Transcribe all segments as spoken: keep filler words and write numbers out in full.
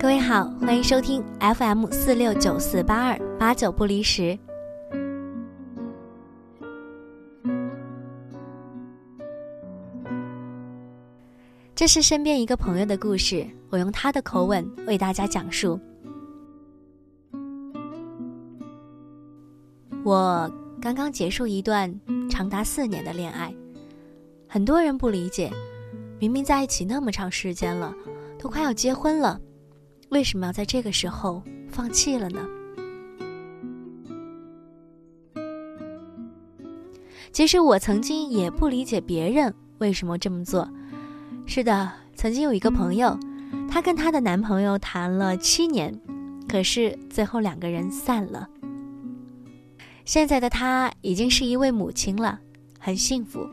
各位好，欢迎收听 F M 四六九四八二八九不离十。这是身边一个朋友的故事，我用他的口吻为大家讲述。我刚刚结束一段长达四年的恋爱，很多人不理解，明明在一起那么长时间了，都快要结婚了，为什么要在这个时候放弃了呢？其实我曾经也不理解别人为什么这么做。是的，曾经有一个朋友，她跟她的男朋友谈了七年，可是最后两个人散了。现在的她已经是一位母亲了，很幸福。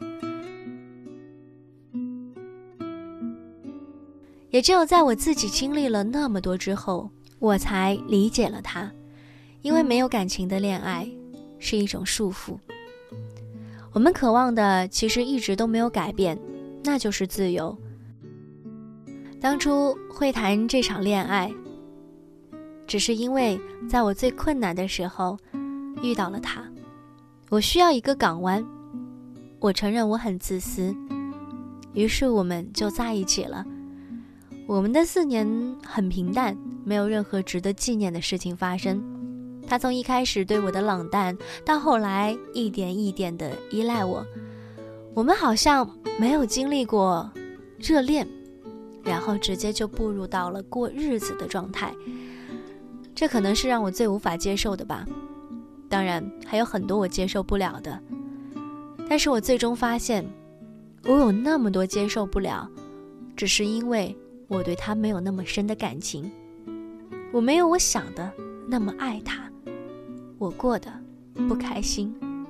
也只有在我自己经历了那么多之后，我才理解了她。因为没有感情的恋爱是一种束缚，我们渴望的其实一直都没有改变，那就是自由。当初会谈这场恋爱，只是因为在我最困难的时候遇到了他。我需要一个港湾，我承认我很自私，于是我们就在一起了。我们的四年很平淡，没有任何值得纪念的事情发生。他从一开始对我的冷淡，到后来一点一点的依赖我。我们好像没有经历过热恋，然后直接就步入到了过日子的状态。这可能是让我最无法接受的吧。当然还有很多我接受不了的，但是我最终发现，我有那么多接受不了，只是因为我对他没有那么深的感情，我没有我想的那么爱他，我过得不开心。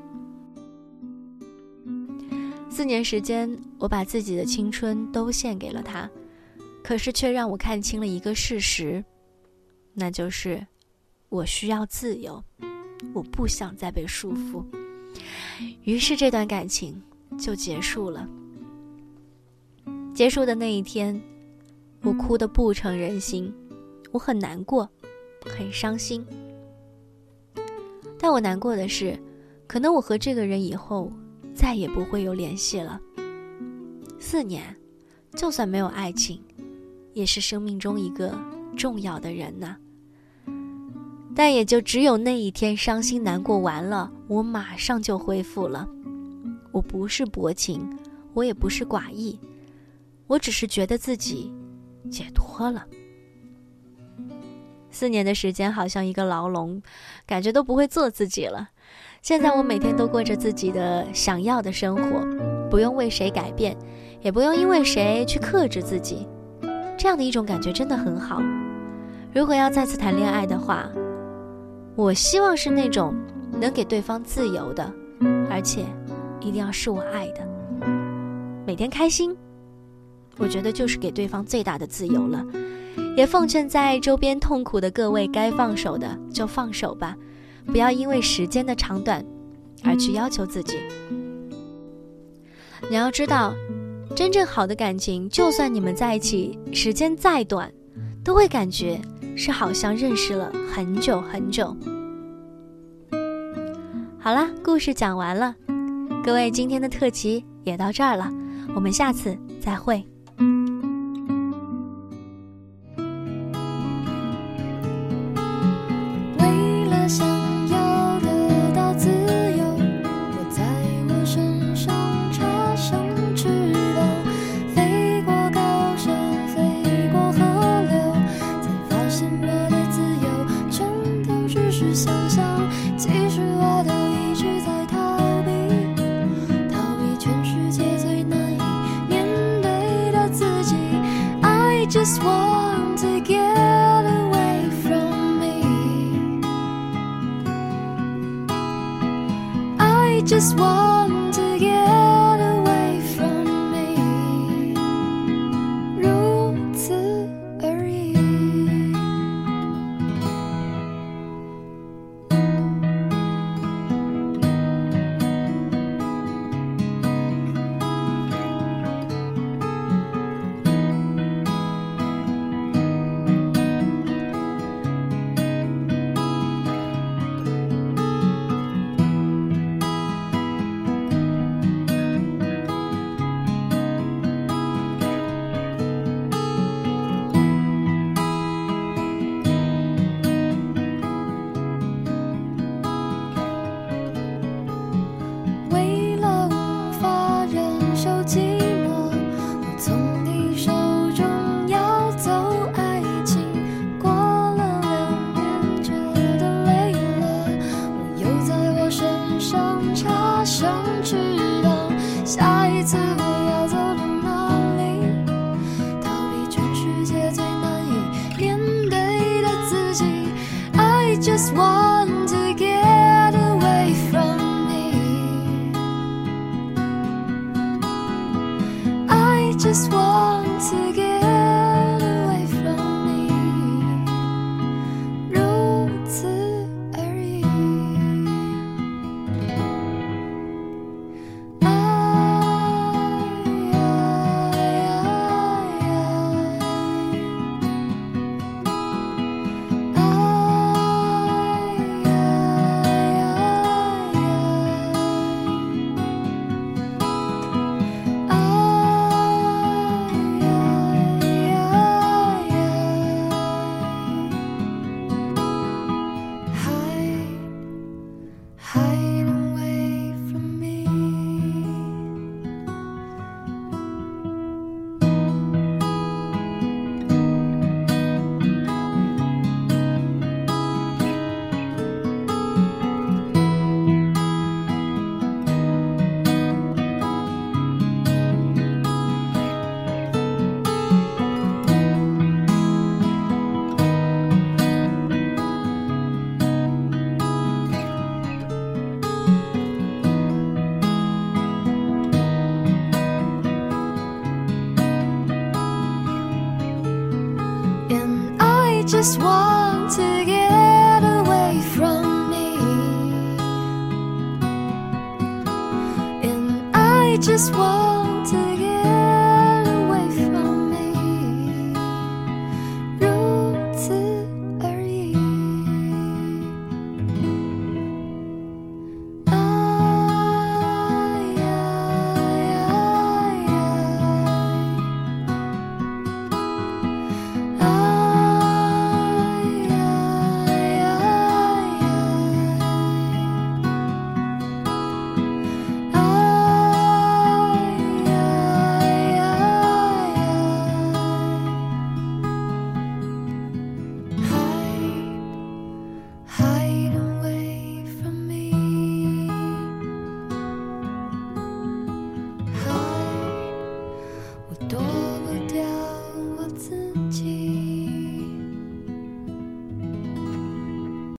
四年时间，我把自己的青春都献给了他，可是却让我看清了一个事实，那就是我需要自由，我不想再被束缚。于是这段感情就结束了。结束的那一天，我哭得不成人形，我很难过，很伤心。但我难过的是，可能我和这个人以后再也不会有联系了。四年，就算没有爱情，也是生命中一个重要的人呐。但也就只有那一天伤心难过完了，我马上就恢复了。我不是薄情，我也不是寡义，我只是觉得自己解脱了。四年的时间好像一个牢笼，感觉都不会做自己了。现在我每天都过着自己的想要的生活，不用为谁改变，也不用因为谁去克制自己。这样的一种感觉真的很好。如果要再次谈恋爱的话，我希望是那种能给对方自由的，而且一定要是我爱的。每天开心，我觉得就是给对方最大的自由了。也奉劝在周边痛苦的各位，该放手的就放手吧，不要因为时间的长短而去要求自己。你要知道，真正好的感情，就算你们在一起时间再短，都会感觉是好像认识了很久很久。好啦，故事讲完了，各位，今天的特辑也到这儿了，我们下次再会。 Just want to get away from me. I just want to get away from me. 如此而已。 just want to get away from me， 如此而已。爱Hide away from me. And I just want to get away from me. And I just want to get away from me. 如此而已。爱Hide away from me. Hide，我多